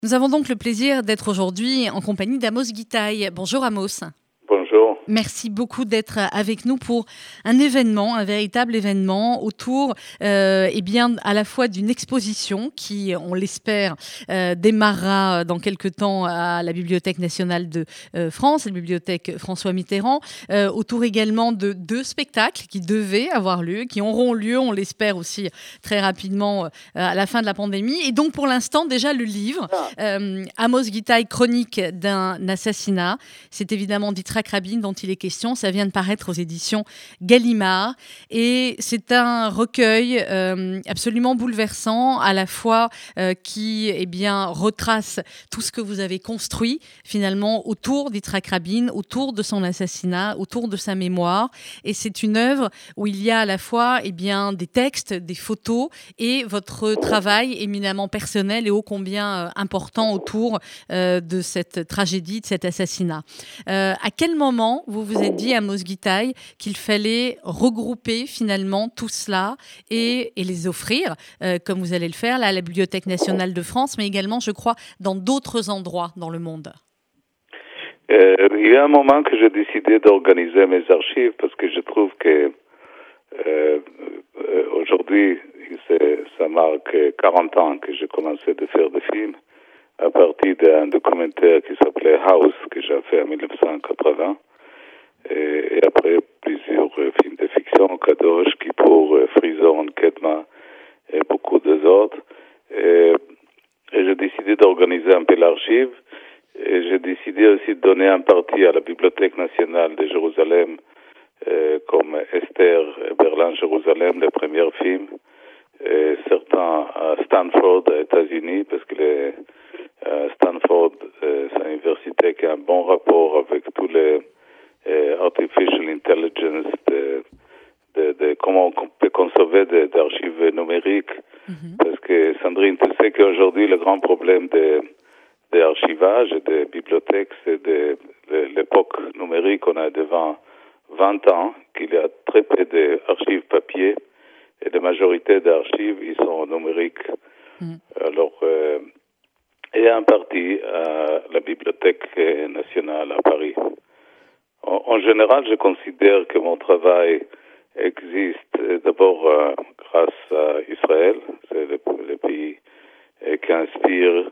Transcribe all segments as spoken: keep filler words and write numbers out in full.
Nous avons donc le plaisir d'être aujourd'hui en compagnie d'Amos Gitaï. Bonjour Amos. Bonjour. Merci beaucoup d'être avec nous pour un événement, un véritable événement autour euh, eh bien, à la fois d'une exposition qui, on l'espère, euh, démarrera dans quelques temps à la Bibliothèque nationale de euh, France, la Bibliothèque François Mitterrand, euh, autour également de deux spectacles qui devaient avoir lieu, qui auront lieu, on l'espère aussi très rapidement euh, à la fin de la pandémie. Et donc pour l'instant, déjà le livre, euh, Amos Gitaï, chronique d'un assassinat, c'est évidemment d'Yitzhak Rabin dont il est question. Ça vient de paraître aux éditions Gallimard et c'est un recueil euh, absolument bouleversant, à la fois euh, qui eh bien, retrace tout ce que vous avez construit finalement autour d'Yitzhak Rabin, autour de son assassinat, autour de sa mémoire. Et c'est une œuvre où il y a à la fois eh bien, des textes, des photos et votre travail éminemment personnel et ô combien euh, important autour euh, de cette tragédie, de cet assassinat. Euh, à quel moment vous vous êtes dit, Amos Gitaï, qu'il fallait regrouper finalement tout cela et, et les offrir, euh, comme vous allez le faire là, à la Bibliothèque nationale de France, mais également, je crois, dans d'autres endroits dans le monde? Euh, il y a un moment que j'ai décidé d'organiser mes archives parce que je trouve que euh, euh, aujourd'hui, c'est, ça marque quarante ans que j'ai commencé de faire des films à partir d'un documentaire qui s'appelait House, que j'ai fait en dix-neuf cent quatre-vingts. Et, et après plusieurs euh, films de fiction, Kadosh, Kippour, euh, Frison, Kedma et beaucoup d'autres. Et, et j'ai décidé d'organiser un peu l'archive. Et j'ai décidé aussi de donner un parti à la Bibliothèque nationale de Jérusalem, euh, comme Esther, Berlin, Jérusalem, les premiers films. Et certains à Stanford, aux États-Unis, parce que les, euh, Stanford, euh, c'est une université qui a un bon rapport avec tous les Euh, artificial intelligence, de, de, de comment on peut conserver des de archives numériques. Mm-hmm. Parce que, Sandrine, tu sais qu'aujourd'hui, le grand problème de, de archivage et de bibliothèques, c'est de, de l'époque numérique. On a devant vingt ans qu'il y a très peu d'archives papier et la majorité d'archives, ils sont numériques. Mm. Alors, euh, et en partie à la Bibliothèque nationale à Paris. En général, je considère que mon travail existe d'abord euh, grâce à Israël, c'est le, le pays euh, qui inspire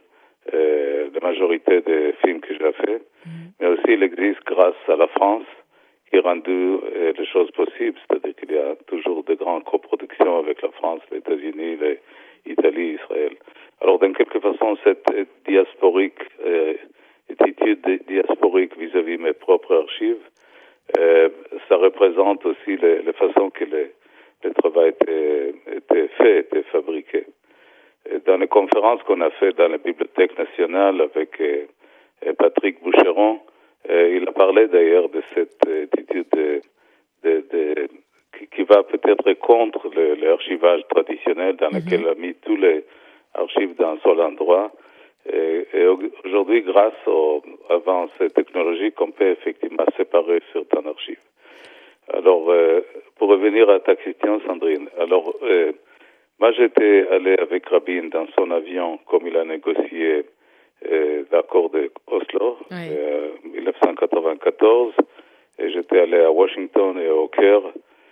euh, la majorité des films que j'ai faits, mmh. mais aussi il existe grâce à la France qui a rendu euh, les choses possibles, c'est-à-dire qu'il y a toujours de grandes coproductions avec la France, les États-Unis, l'Italie, Israël. Alors, d'une quelque façon, cette diasporique euh, attitude diasporique vis-à-vis de mes propres archives, euh, ça représente aussi les, les façons que les, le travail était, était fait, était fabriqué. Et dans les conférences qu'on a fait dans la Bibliothèque nationale avec euh, Patrick Boucheron, euh, il a parlé d'ailleurs de cette attitude de, de, de, qui, qui va peut-être contre le, l'archivage traditionnel dans mm-hmm. lequel il a mis tous les archives dans un seul endroit. Et, et aujourd'hui, grâce aux avancées technologiques, on peut effectivement séparer certaines archives. Alors, euh, pour revenir à ta question, Sandrine, alors, euh, moi j'étais allé avec Rabin dans son avion, comme il a négocié euh, l'accord de Oslo, oui. euh, dix-neuf cent quatre-vingt-quatorze, et j'étais allé à Washington et au Caire,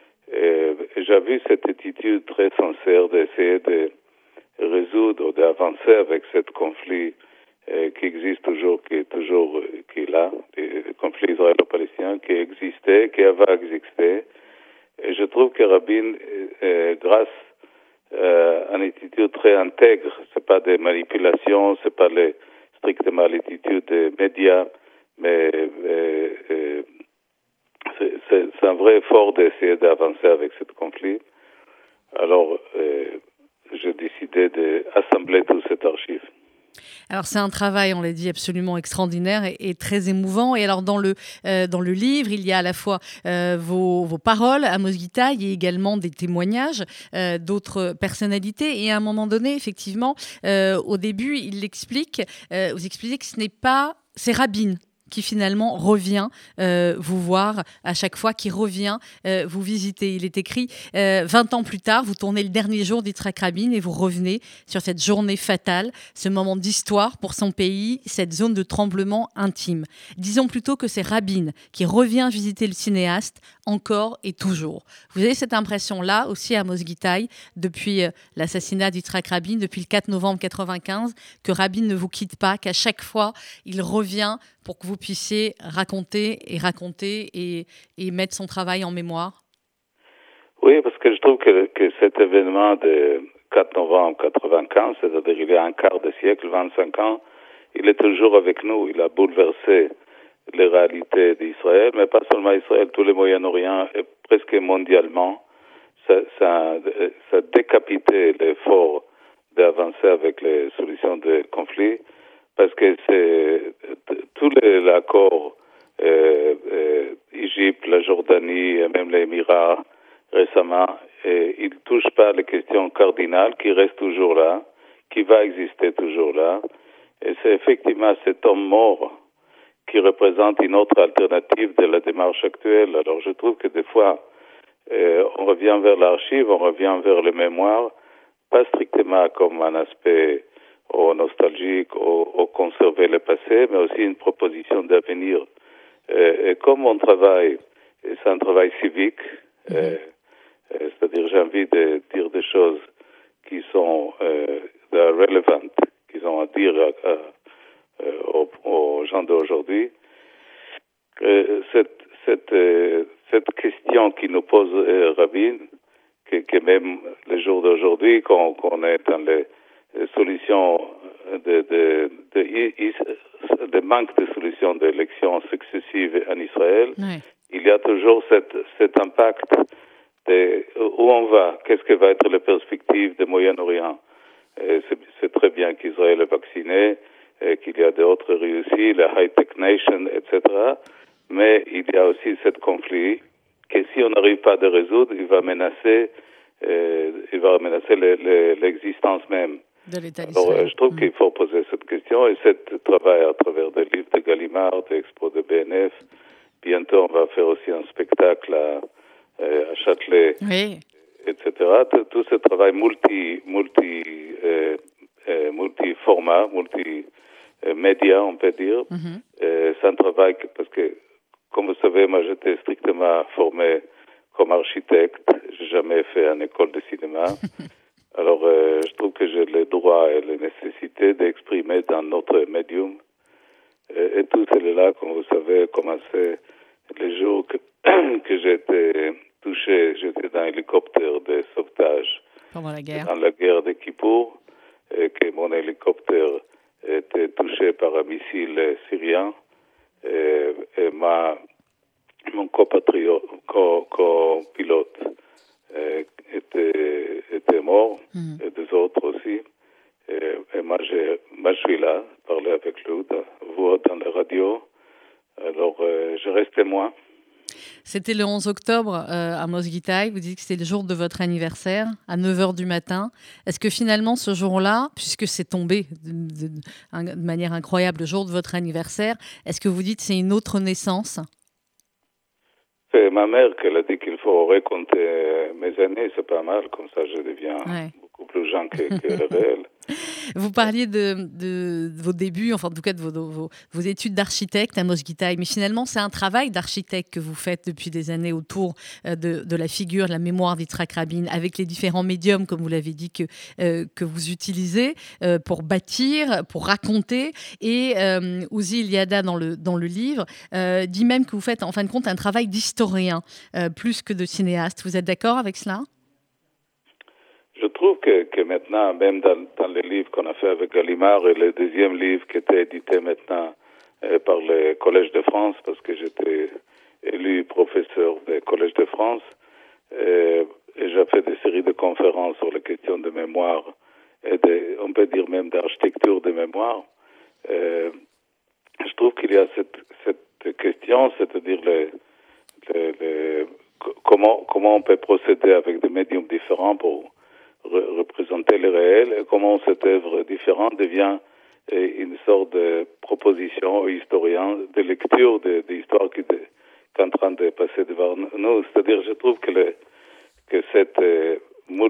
et, et j'ai vu cette attitude très sincère d'essayer de résoudre, d'avancer avec ce conflit euh, qui existe toujours, qui est toujours euh, qui est là, le conflit israélo-palestinien qui existait, qui avait existé. Et je trouve que Rabin, euh, grâce euh, à une attitude très intègre, c'est pas des manipulations, c'est pas les, strictement l'attitude des médias, mais euh, euh, c'est, c'est, c'est un vrai effort d'essayer d'avancer avec ce conflit. Alors, euh, j'ai décidé d'assembler tout cet archive. Alors c'est un travail, on l'a dit, absolument extraordinaire et, et très émouvant. Et alors dans le euh, dans le livre, il y a à la fois euh, vos, vos paroles, Amos Gitaï, et également des témoignages euh, d'autres personnalités. Et à un moment donné, effectivement, euh, au début, il explique, euh, vous expliquez que ce n'est pas, c'est Rabin qui finalement revient euh, vous voir à chaque fois, qui revient euh, vous visiter. Il est écrit euh, vingt ans plus tard, vous tournez le dernier jour d'Yitzhak Rabin et vous revenez sur cette journée fatale, ce moment d'histoire pour son pays, cette zone de tremblement intime. Disons plutôt que c'est Rabin qui revient visiter le cinéaste encore et toujours. Vous avez cette impression-là aussi à Amos Gitaï, depuis euh, l'assassinat d'Yitzhak Rabin, depuis le quatre novembre quatre-vingt-quinze, que Rabin ne vous quitte pas, qu'à chaque fois, il revient pour que vous puissiez raconter et raconter et, et mettre son travail en mémoire? Oui, parce que je trouve que, que cet événement de quatre novembre quatre-vingt-quinze, c'est-à-dire il y a un quart de siècle, vingt-cinq ans, il est toujours avec nous. Il a bouleversé les réalités d'Israël, mais pas seulement Israël, tout le Moyen-Orient et presque mondialement. Ça, ça, ça a décapité l'effort d'avancer avec les solutions de conflits, parce que c'est tout l'accord euh, euh, Égypte, la Jordanie et même les Émirats récemment, et il ne touche pas les questions cardinales qui restent toujours là, qui va exister toujours là. Et c'est effectivement cet homme mort qui représente une autre alternative de la démarche actuelle. Alors je trouve que des fois, euh, on revient vers l'archive, on revient vers les mémoires, pas strictement comme un aspect au nostalgique, au, au conserver le passé, mais aussi une proposition d'avenir. Euh, et comme on travaille, c'est un travail civique, mm-hmm. euh, euh, c'est-à-dire j'ai envie de dire des choses qui sont euh, relevant, qui ont à dire à, à, aux, aux gens d'aujourd'hui. Euh, cette, cette, euh, cette question qui nous pose euh, Rabin, que, que même le jour d'aujourd'hui, quand, quand on est dans les, les solutions de, de, de, de manque de solutions d'élections successives en Israël, oui. Il y a toujours cette, cet impact de où on va, qu'est-ce que va être la perspective du Moyen-Orient. C'est, c'est très bien qu'Israël est vacciné, et qu'il y a d'autres réussites, la high-tech nation, et cetera. Mais il y a aussi ce conflit que si on n'arrive pas à le résoudre, il va menacer, euh, il va menacer le, le, l'existence même de l'État d'Israël. Alors, euh, je trouve mmh. qu'il faut poser cette question et ce travail à travers des livres de Gallimard, des expos de B N F. Bientôt, on va faire aussi un spectacle à, euh, à Châtelet, oui. et cetera. Tout, tout ce travail multi, multi, euh, euh, multi-format, multi-média, on peut dire. Mm-hmm. Euh, c'est un travail que, parce que, comme vous savez, moi, j'étais strictement formé comme architecte. J'ai jamais fait une école de cinéma. Alors, euh, je trouve que j'ai le droit et la nécessité d'exprimer dans notre médium. Et, et tout cela, comme vous savez, a commencé les jours que, que j'ai été touché. J'étais dans un hélicoptère de sauvetage. Pendant la guerre. Dans la guerre de Kippour. Et que mon hélicoptère était touché par un missile syrien. Et, et ma, mon copatriote, co, copilote euh, était, était mort, mm. et des autres aussi. Et, et moi, j'ai, moi, je suis là, parler avec lui, vous dans la radio. Alors, euh, je reste témoin. C'était le onze octobre euh, à Amos Gitaï. Vous dites que c'était le jour de votre anniversaire, à neuf heures du matin. Est-ce que finalement, ce jour-là, puisque c'est tombé de, de, de, de manière incroyable, le jour de votre anniversaire, est-ce que vous dites que c'est une autre naissance? C'est ma mère qui a dit qu'il faut raconter mes années. C'est pas mal, comme ça je deviens ouais. beaucoup plus jeune que, que le réel. Vous parliez de, de, de vos débuts, enfin en tout cas de vos, de vos, vos études d'architecte à Amos Gitaï, mais finalement c'est un travail d'architecte que vous faites depuis des années autour de, de la figure, de la mémoire d'Yitzhak Rabin, avec les différents médiums, comme vous l'avez dit, que, euh, que vous utilisez euh, pour bâtir, pour raconter. Et euh, Uzi Iliada, dans le, dans le livre, euh, dit même que vous faites en fin de compte un travail d'historien, euh, plus que de cinéaste. Vous êtes d'accord avec cela ? Je trouve que, que maintenant, même dans, dans les livres qu'on a fait avec Gallimard et le deuxième livre qui était édité maintenant euh, par le Collège de France, parce que j'étais élu professeur du Collège de France, euh, et j'ai fait des séries de conférences sur les questions de mémoire et de, on peut dire même d'architecture de mémoire. Euh, je trouve qu'il y a cette, cette question, c'est-à-dire les, les, les, comment, comment on peut procéder avec des médiums différents pour représenter le réel et comment cette œuvre différente devient une sorte de proposition aux historiens de lecture de, de l'histoire qui, de, qui est en train de passer devant nous. C'est-à-dire, je trouve que, le, que cette euh,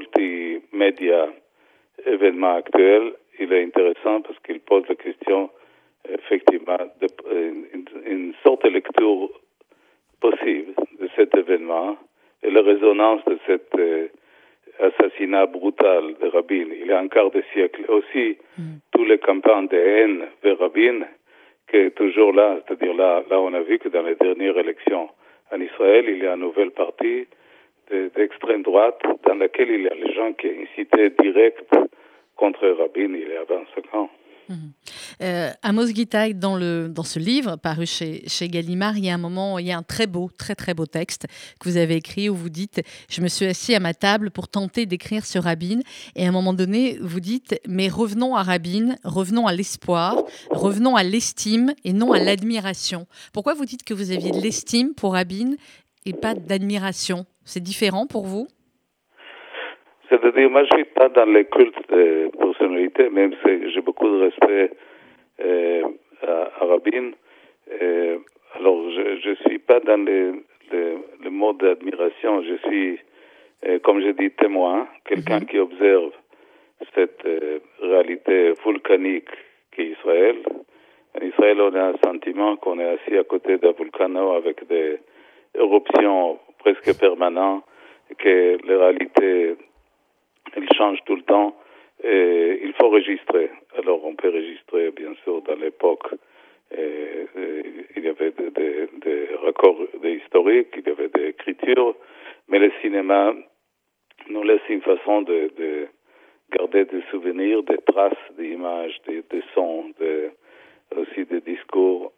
multimédia événement actuel, il est intéressant parce qu'il pose la question, effectivement, de, une, une sorte de lecture possible de cet événement et la résonance de cet euh, assassinat brutal de Rabin. Il y a un quart de siècle aussi, mm. toutes les campagnes de haine vers Rabin, qui est toujours là. C'est-à-dire là, là, on a vu que dans les dernières élections en Israël, il y a une nouvelle partie de, d'extrême droite dans laquelle il y a les gens qui incitaient direct contre Rabin il y a vingt-cinq ans. Mmh. Euh, Amos Gitaï, dans, le, dans ce livre paru chez, chez Gallimard, il y a un moment, il y a un très beau, très très beau texte que vous avez écrit où vous dites « Je me suis assis à ma table pour tenter d'écrire sur Rabin » et à un moment donné, vous dites « Mais revenons à Rabin, revenons à l'espoir, revenons à l'estime et non à l'admiration ». Pourquoi vous dites que vous aviez de l'estime pour Rabin et pas d'admiration ? C'est différent pour vous ? C'est-à-dire, moi, je ne suis pas dans les cultes de personnalité, même si j'ai beaucoup de respect euh, à, à Rabin. Euh, alors, je ne suis pas dans les, les, le mode d'admiration. Je suis, euh, comme je dis, témoin, quelqu'un qui observe cette euh, réalité volcanique qu'est Israël. En Israël, on a un sentiment qu'on est assis à côté d'un volcano avec des éruptions presque permanentes, que la réalité il change tout le temps et il faut enregistrer. Alors on peut enregistrer bien sûr dans l'époque et, et, il y avait des, des, des records historiques, il y avait des écritures, mais le cinéma nous laisse une façon de, de garder des souvenirs, des traces, des images, des, des sons, des, aussi des discours.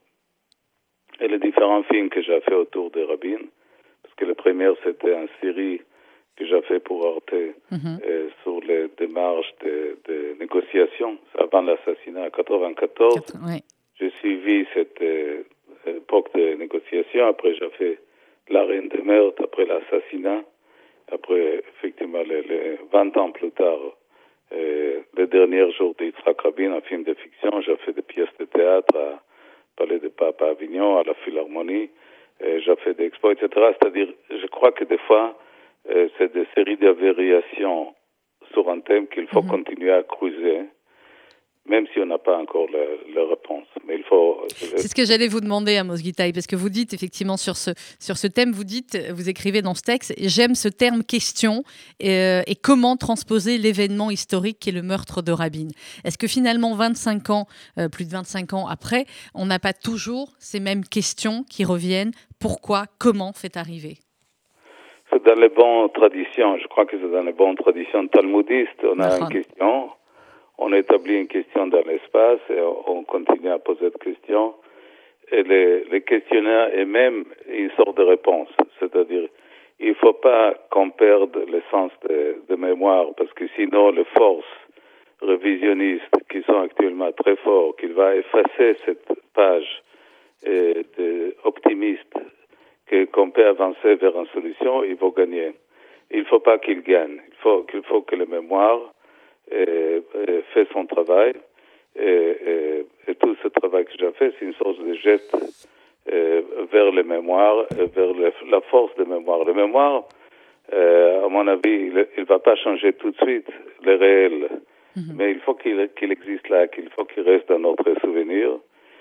Et les différents films que j'ai fait autour de Rabin, parce que le premier c'était une série que j'ai fait pour Arte mm-hmm. euh, sur les démarches de, de négociation avant l'assassinat en quatre-vingt-quatorze. Oui. J'ai suivi cette euh, époque de négociation. Après, j'ai fait l'arène de meurtre, après l'assassinat. Après, effectivement, les, les vingt ans plus tard, euh, les derniers jours d'Yitzhak Rabin, un film de fiction, j'ai fait des pièces de théâtre à Palais de Pape à Avignon, à la Philharmonie. Euh, j'ai fait des expos, et cetera. C'est-à-dire, je crois que des fois, Euh, c'est des séries de variations sur un thème qu'il faut mm-hmm. continuer à creuser, même si on n'a pas encore la, la réponse. Mais il faut. C'est ce que j'allais vous demander, Amos Gitaï, parce que vous dites effectivement sur ce sur ce thème, vous dites, vous écrivez dans ce texte, j'aime ce terme question et, euh, et comment transposer l'événement historique qui est le meurtre de Rabin. Est-ce que finalement vingt-cinq ans, euh, plus de vingt-cinq ans après, on n'a pas toujours ces mêmes questions qui reviennent ? Pourquoi ? Comment fait arriver ? C'est dans les bonnes traditions, je crois que c'est dans les bonnes traditions talmudistes. On a une question, on établit une question dans l'espace et on continue à poser des questions. Et les, les questionnaires et même une sorte de réponse. C'est-à-dire, il ne faut pas qu'on perde le sens de, de mémoire parce que sinon les forces révisionnistes qui sont actuellement très fortes, qu'il va effacer cette page euh, de, optimiste que, qu'on peut avancer vers une solution, il faut gagner. Il ne faut pas qu'il gagne. Il faut, qu'il faut que la mémoire euh, euh, fait son travail. Et, et, et tout ce travail que j'ai fait, c'est une sorte de geste euh, vers les mémoires, vers le, la force de mémoire. La mémoire, euh, à mon avis, il ne va pas changer tout de suite le réel. Mm-hmm. Mais il faut qu'il, qu'il existe là, qu'il faut qu'il reste dans notre souvenir.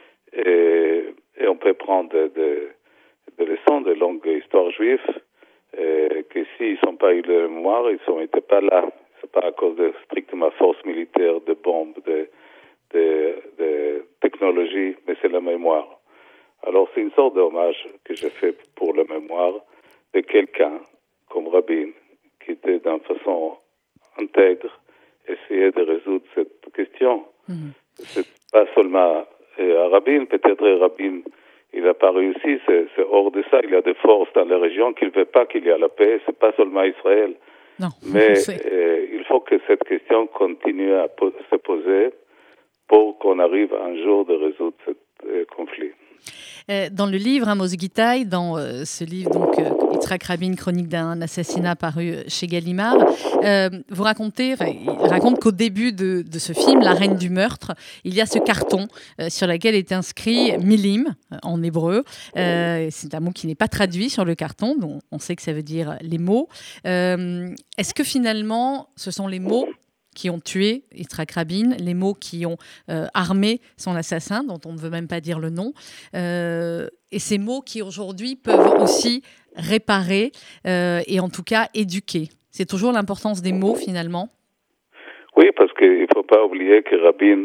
Et, et on peut prendre de, de des leçons de longue histoire juive, euh, que s'ils n'ont pas eu la mémoire, ils n'étaient pas là. C'est pas à cause de strictement force militaire, de bombes, de, de, de technologie, mais c'est la mémoire. Alors c'est une sorte d'hommage que j'ai fait pour la mémoire de quelqu'un comme Rabin, qui était d'une façon intègre, essayer de résoudre cette question. Mm-hmm. C'est pas seulement euh, à Rabin, peut-être Rabin il n'a pas réussi, c'est, c'est hors de ça. Il y a des forces dans la région qui ne veulent pas qu'il y ait la paix. C'est pas seulement Israël. Non, mais euh, il faut que cette question continue à po- se poser pour qu'on arrive un jour de résoudre ce euh, conflit. Euh, dans le livre Amos Gitaï, dans euh, ce livre donc euh, Yitzhak Rabin, chronique d'un assassinat paru chez Gallimard, euh, vous racontez, enfin, il raconte qu'au début de, de ce film, La Reine du meurtre, il y a ce carton euh, sur lequel est inscrit Milim euh, en hébreu. Euh, c'est un mot qui n'est pas traduit sur le carton, donc on sait que ça veut dire les mots. Euh, est-ce que finalement, ce sont les mots qui ont tué Yitzhak Rabin, les mots qui ont euh, armé son assassin, dont on ne veut même pas dire le nom, euh, et ces mots qui aujourd'hui peuvent aussi réparer euh, et en tout cas éduquer. C'est toujours l'importance des mots finalement. Oui, parce qu'il ne faut pas oublier que Rabin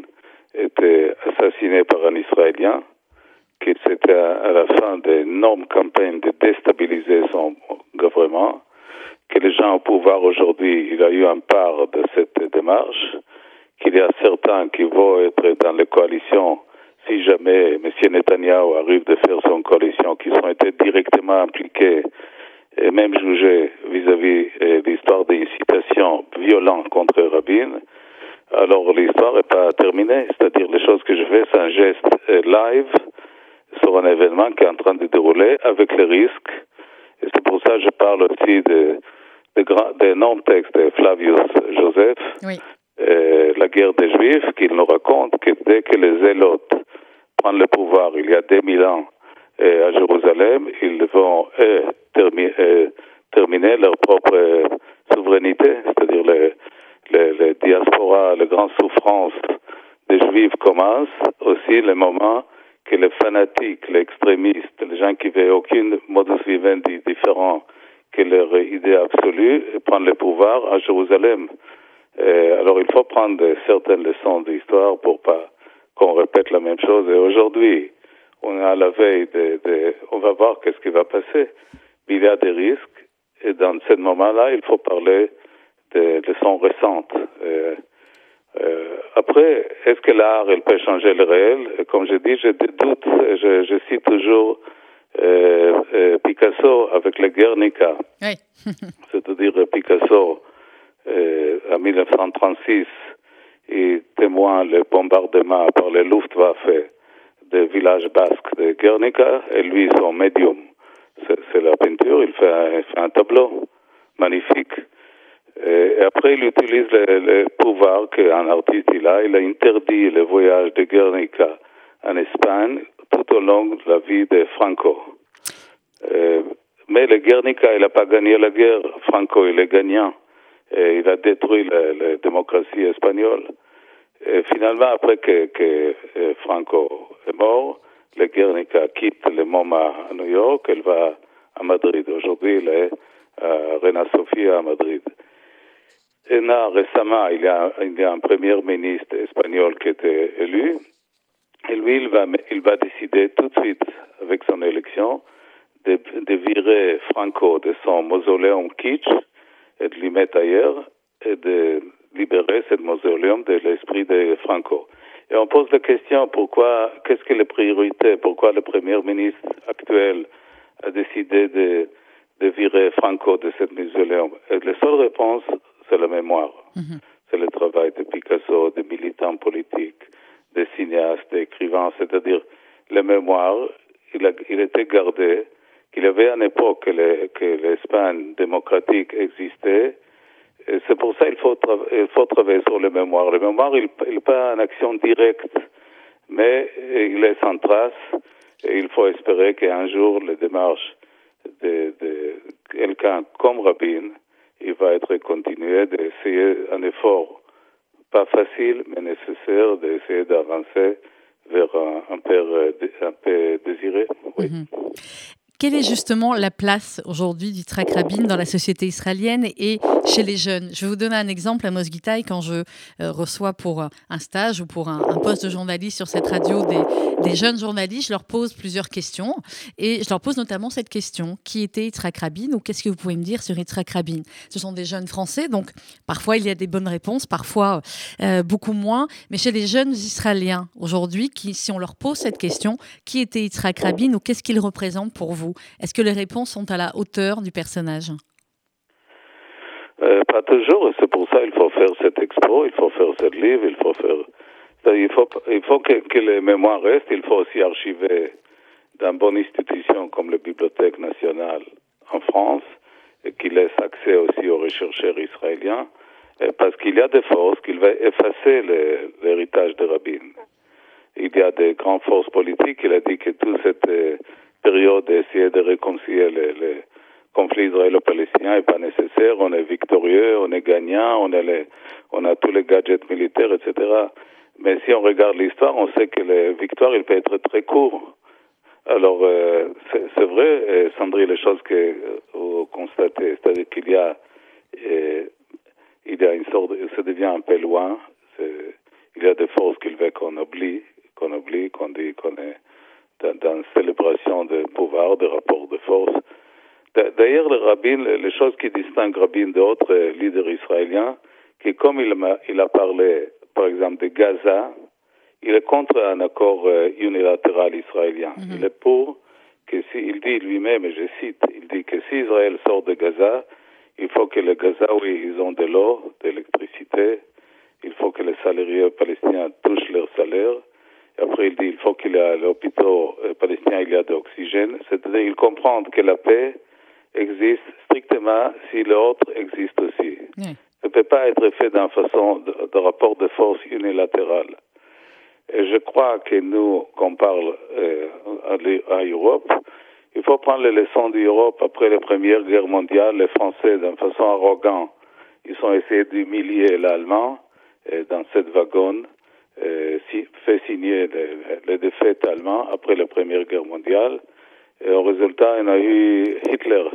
était assassiné par un Israélien, que c'était à la fin d'énormes campagnes de déstabiliser son gouvernement, que les gens au pouvoir aujourd'hui, il a eu un part de cette démarche, qu'il y a certains qui vont être dans les coalitions, si jamais M. Netanyahu arrive de faire son coalition, qui ont été directement impliqués et même jugés vis-à-vis de l'histoire d'incitation violente contre Rabin. Alors l'histoire n'est pas terminée, c'est-à-dire les choses que je fais, c'est un geste live sur un événement qui est en train de dérouler avec les risques. Et c'est pour ça que je parle aussi de d'énormes textes de Flavius Joseph, oui. euh, la guerre des Juifs, qu'il nous raconte que dès que les Zélotes prennent le pouvoir, il y a deux mille ans, euh, à Jérusalem, ils vont euh, termi- euh, terminer leur propre euh, souveraineté, c'est-à-dire les, les, les diasporas, les grandes souffrances des Juifs commencent, aussi le moment que les fanatiques, les extrémistes, les gens qui veulent aucun modus vivendi différent que leur idée absolue, prendre le pouvoir à Jérusalem. Et alors il faut prendre certaines leçons d'histoire pour pas qu'on répète la même chose. Et aujourd'hui, on est à la veille de, de on va voir qu'est-ce qui va passer. Il y a des risques et dans ce moment-là, il faut parler des leçons récentes. Et, euh, après, est-ce que l'art, elle peut changer le réel? Et comme je dis, j'ai des doutes. Je, je cite toujours Euh, euh, Picasso avec le Guernica. Oui. C'est-à-dire Picasso, euh, en dix-neuf cent trente-six, il témoigne le bombardement par les Luftwaffe des villages basques de Guernica, et lui, son médium, c'est, c'est la peinture, il fait un, il fait un tableau magnifique. Et, et après, il utilise le, le pouvoir qu'un artiste il a, il a interdit le voyage de Guernica en Espagne tout au long de la vie de Franco. Euh, mais le Guernica, il n'a pas gagné la guerre. Franco, il est gagnant. Et il a détruit la, la démocratie espagnole. Et finalement, après que, que euh, Franco est mort, le Guernica quitte le MoMA à New York, elle va à Madrid. Aujourd'hui, il est à Reina Sofia à Madrid. Et là, récemment, il y a, il y a un premier ministre espagnol qui était élu. Et lui, il va, il va décider tout de suite, avec son élection, de, de virer Franco de son mausoléum kitsch et de lui mettre ailleurs et de libérer ce mausoléum de l'esprit de Franco. Et on pose la question, pourquoi, qu'est-ce que les priorités, pourquoi le premier ministre actuel a décidé de, de virer Franco de ce mausoléum? Et la seule réponse, c'est la mémoire. Mm-hmm. C'est le travail de Picasso, des militants politiques, des cinéastes, des écrivains, c'est-à-dire les mémoires, il, a, il était gardé, qu'il y avait à une époque que, les, que l'Espagne démocratique existait, et c'est pour ça qu'il faut, tra- il faut travailler sur les mémoires. Les mémoires, il n'est pas en action directe, mais il est sans trace, et il faut espérer qu'un jour, les démarches de, de quelqu'un comme Rabin, il va être continué d'essayer un effort pas facile, mais nécessaire d'essayer d'avancer vers un, un, père, un paix désiré. Oui. Mm-hmm. Quelle est justement la place aujourd'hui du Yitzhak Rabin dans la société israélienne et chez les jeunes? Je vais vous donner un exemple. Amos Gitaï, quand je euh, reçois pour un stage ou pour un, un poste de journaliste sur cette radio des, des jeunes journalistes, je leur pose plusieurs questions et je leur pose notamment cette question: qui était Yitzhak Rabin, ou qu'est-ce que vous pouvez me dire sur Yitzhak Rabin? Ce sont des jeunes Français, donc parfois il y a des bonnes réponses, parfois euh, beaucoup moins. Mais chez les jeunes Israéliens aujourd'hui, qui, si on leur pose cette question, qui était Yitzhak Rabin ou qu'est-ce qu'il représente pour vous? Est-ce que les réponses sont à la hauteur du personnage? euh, Pas toujours, et c'est pour ça qu'il faut faire cette expo, il faut faire ce livre, il faut faire... Il faut, il faut que, que les mémoires restent, il faut aussi archiver d'une bonne institution comme la Bibliothèque nationale en France, et qui laisse accès aussi aux chercheurs israéliens, parce qu'il y a des forces qui veulent effacer le, l'héritage de Rabin. Il y a des grandes forces politiques. Il a dit que toute cette euh, période d'essayer de réconcilier le, le conflit israélo-palestinien n'est pas nécessaire. On est victorieux, on est gagnant, on a, les, on a tous les gadgets militaires, et cetera. Mais si on regarde l'histoire, on sait que la victoire, il peut être très court. Alors, euh, c'est, c'est vrai, euh, Sandrine, les choses que euh, vous constatez, c'est-à-dire qu'il y a, euh, il y a une sorte, de, ça devient un peu loin. C'est, il y a des forces qu'il veut qu'on oublie, qu'on oublie, qu'on dit qu'on est dans, dans une célébration de pouvoir, de rapport de force. D'ailleurs, le Rabin, les choses qui distinguent Rabin d'autres leaders israéliens, que comme il a, il a parlé, par exemple, de Gaza, il est contre un accord euh, unilatéral israélien. Mm-hmm. Il est pour que si, il dit lui-même, et je cite, il dit que si Israël sort de Gaza, il faut que les Gazaouis, ils ont de l'eau, de l'électricité, il faut que les salariés palestiniens touchent leur salaire. Et après, il dit il faut qu'il y ait l'hôpital palestinien, il y a de l'oxygène. C'est-à-dire, il comprend que la paix existe strictement si l'autre existe aussi. Mm. Ça ne peut pas être fait d'une façon de, de rapport de force unilatéral. Et je crois que nous, qu'on parle euh, à, à Europe, il faut prendre les leçons d'Europe après la Première Guerre mondiale. Les Français, d'une façon arrogante, ils ont essayé d'humilier l'Allemand euh, dans cette wagon, euh, si, fait signer les, les défaites allemandes après la Première Guerre mondiale. Et au résultat, il y a eu Hitler.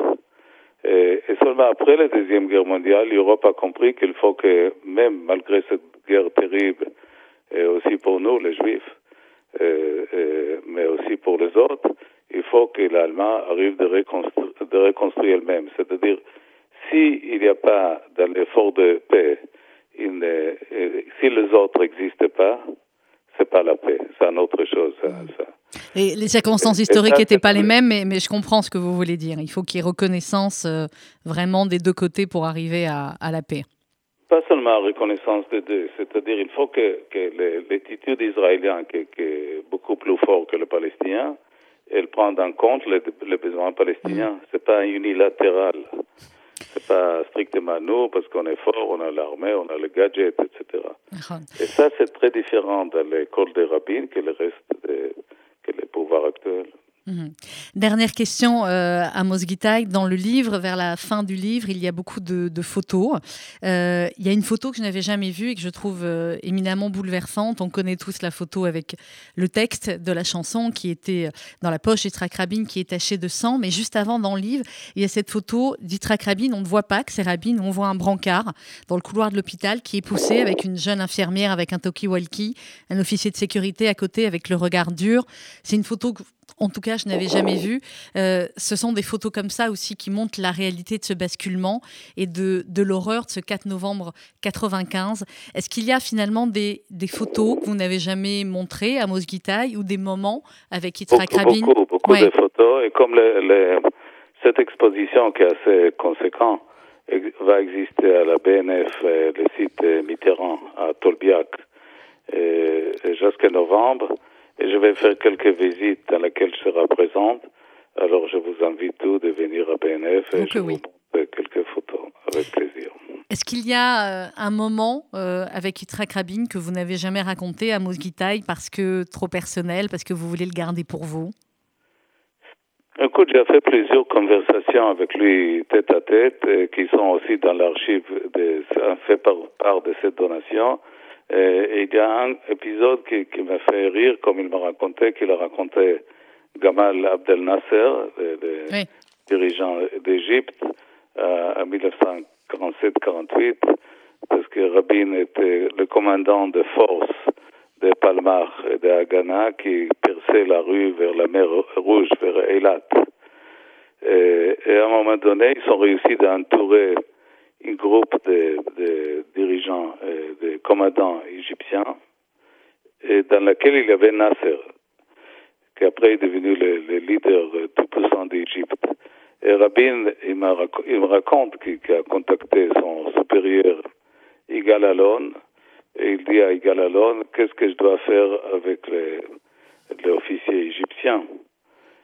Et, et seulement après la Deuxième Guerre mondiale, l'Europe a compris qu'il faut que, même malgré cette guerre terrible, et aussi pour nous, les Juifs, euh, euh, mais aussi pour les autres, il faut que l'Allemand arrive de reconstruire, de reconstruire elle-même. C'est-à-dire, s'il n'y a pas dans l'effort de paix, une, euh, si les autres n'existent pas, c'est pas la paix, c'est une autre chose. Ça, ça. Et les circonstances historiques n'étaient pas les mêmes, mais, mais je comprends ce que vous voulez dire. Il faut qu'il y ait reconnaissance euh, vraiment des deux côtés pour arriver à, à la paix. Pas seulement reconnaissance des deux, c'est-à-dire il faut que, que l'attitude israélienne, qui, qui est beaucoup plus forte que le palestinien, elle prenne en compte les, les besoins palestiniens. Mm. C'est pas unilatéral. C'est pas strictement nous, parce qu'on est fort, on a l'armée, on a le gadget, et cetera. Mm. Et ça, c'est très différent dans l'école des rabbins que le reste des, que les pouvoirs actuels. Mmh. Dernière question, euh, Amos Gittai. Dans le livre, vers la fin du livre, il y a beaucoup de, de photos. Euh, il y a une photo que je n'avais jamais vue et que je trouve euh, éminemment bouleversante. On connaît tous la photo avec le texte de la chanson qui était dans la poche d'Yitzhak Rabin, qui est taché de sang. Mais juste avant, dans le livre, il y a cette photo d'Yitzhak Rabin. On ne voit pas que c'est Rabin, on voit un brancard dans le couloir de l'hôpital qui est poussé avec une jeune infirmière avec un talkie-walkie, un officier de sécurité à côté avec le regard dur. C'est une photo que en tout cas, je n'avais jamais vu. Euh, ce sont des photos comme ça aussi qui montrent la réalité de ce basculement et de, de l'horreur de ce quatre novembre quatre-vingt-quinze. Est-ce qu'il y a finalement des, des photos que vous n'avez jamais montrées, Amos Gittai, ou des moments avec Yitzhak Rabin? Beaucoup, beaucoup ouais. de photos. Et comme le, le, cette exposition qui est assez conséquente va exister à la B N F, le site Mitterrand à Tolbiac, jusqu'en novembre. Et je vais faire quelques visites dans lesquelles je serai présente. Alors, je vous invite tous de venir à B N F et okay, je oui. vous montre quelques photos avec plaisir. Est-ce qu'il y a euh, un moment euh, avec Yitzhak Rabin que vous n'avez jamais raconté à Amos Gittai parce que trop personnel, parce que vous voulez le garder pour vous? Écoute, j'ai fait plusieurs conversations avec lui tête à tête, et qui sont aussi dans l'archive, de, fait par part de cette donation. Et il y a un épisode qui, qui m'a fait rire, comme il m'a raconté, qu'il a raconté Gamal Abdel Nasser, le, le oui. dirigeant d'Égypte, euh, en dix-neuf cent quarante-sept quarante-huit, parce que Rabin était le commandant de force de Palmar et de Haganah qui perçait la rue vers la mer Rouge, vers Eilat. Et, et à un moment donné, ils ont réussi d'entourer un groupe de, de dirigeants, euh, de commandants égyptiens, et dans lequel il y avait Nasser, qui après est devenu le, le leader tout puissant d'Égypte. Et Rabin, il, m'a, il me raconte qu'il, qu'il a contacté son supérieur, Yigal Allon, et il dit à Yigal Allon, qu'est-ce que je dois faire avec les, les officiers égyptiens?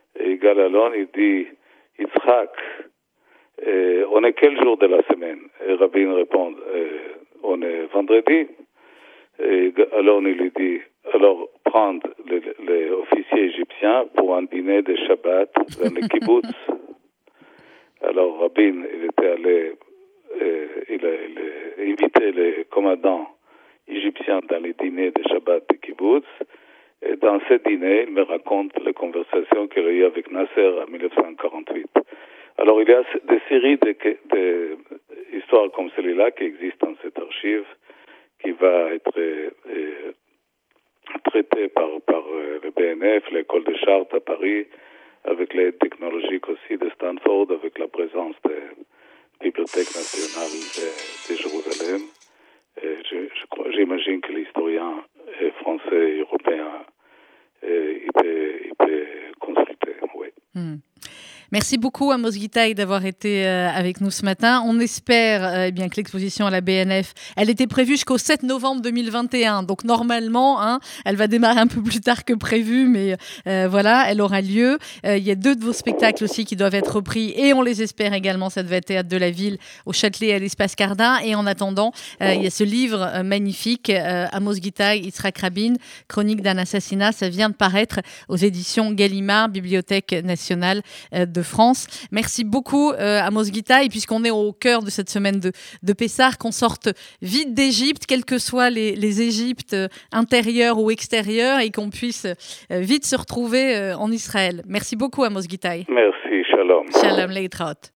Yigal Allon, il dit « Yitzhak, euh, on est quel jour de la semaine ?» Et Rabin répond euh, « On est vendredi. » Et Allon, il lui dit « Alors, prendre les, les officiers égyptiens pour un dîner de Shabbat dans le kibbutz. » Alors Rabin, il était allé, euh, il, a, il a invité les commandants égyptiens dans les dîners de Shabbat de kibbutz. Et dans ce dîner, il me raconte les conversations qu'il a eues avec Nasser en dix-neuf cent quarante-huit. Alors il y a des séries d'histoires comme celle-là qui existent dans cette archive, qui va être euh, traitée par, par euh, le B N F, l'école de Chartres à Paris, avec l'aide technologique aussi de Stanford, avec la présence de la Bibliothèque nationale de, de Jérusalem. Et je, je crois, j'imagine que l'historien français et européen euh, il peut, il peut consulter. Oui. Hmm. Merci beaucoup Amos Gitaï d'avoir été euh, avec nous ce matin. On espère euh, eh bien que l'exposition à la B N F, elle était prévue jusqu'au sept novembre deux mille vingt et un. Donc normalement, hein, elle va démarrer un peu plus tard que prévu, mais euh, voilà, elle aura lieu. Euh, il y a deux de vos spectacles aussi qui doivent être repris et on les espère également. Ça devait être Théâtre de la Ville au Châtelet et à l'Espace Cardin. Et en attendant, euh, il y a ce livre euh, magnifique, euh, Amos Gitaï, Yitzhak Rabin, Chronique d'un assassinat. Ça vient de paraître aux éditions Gallimard, Bibliothèque nationale euh, de France. Merci beaucoup euh, Amos Gitaï, puisqu'on est au cœur de cette semaine de, de Pessah, qu'on sorte vite d'Égypte, quelles que soient les, les Égyptes euh, intérieures ou extérieures, et qu'on puisse euh, vite se retrouver euh, en Israël. Merci beaucoup Amos Gitaï. Merci, shalom. Shalom Leitraot.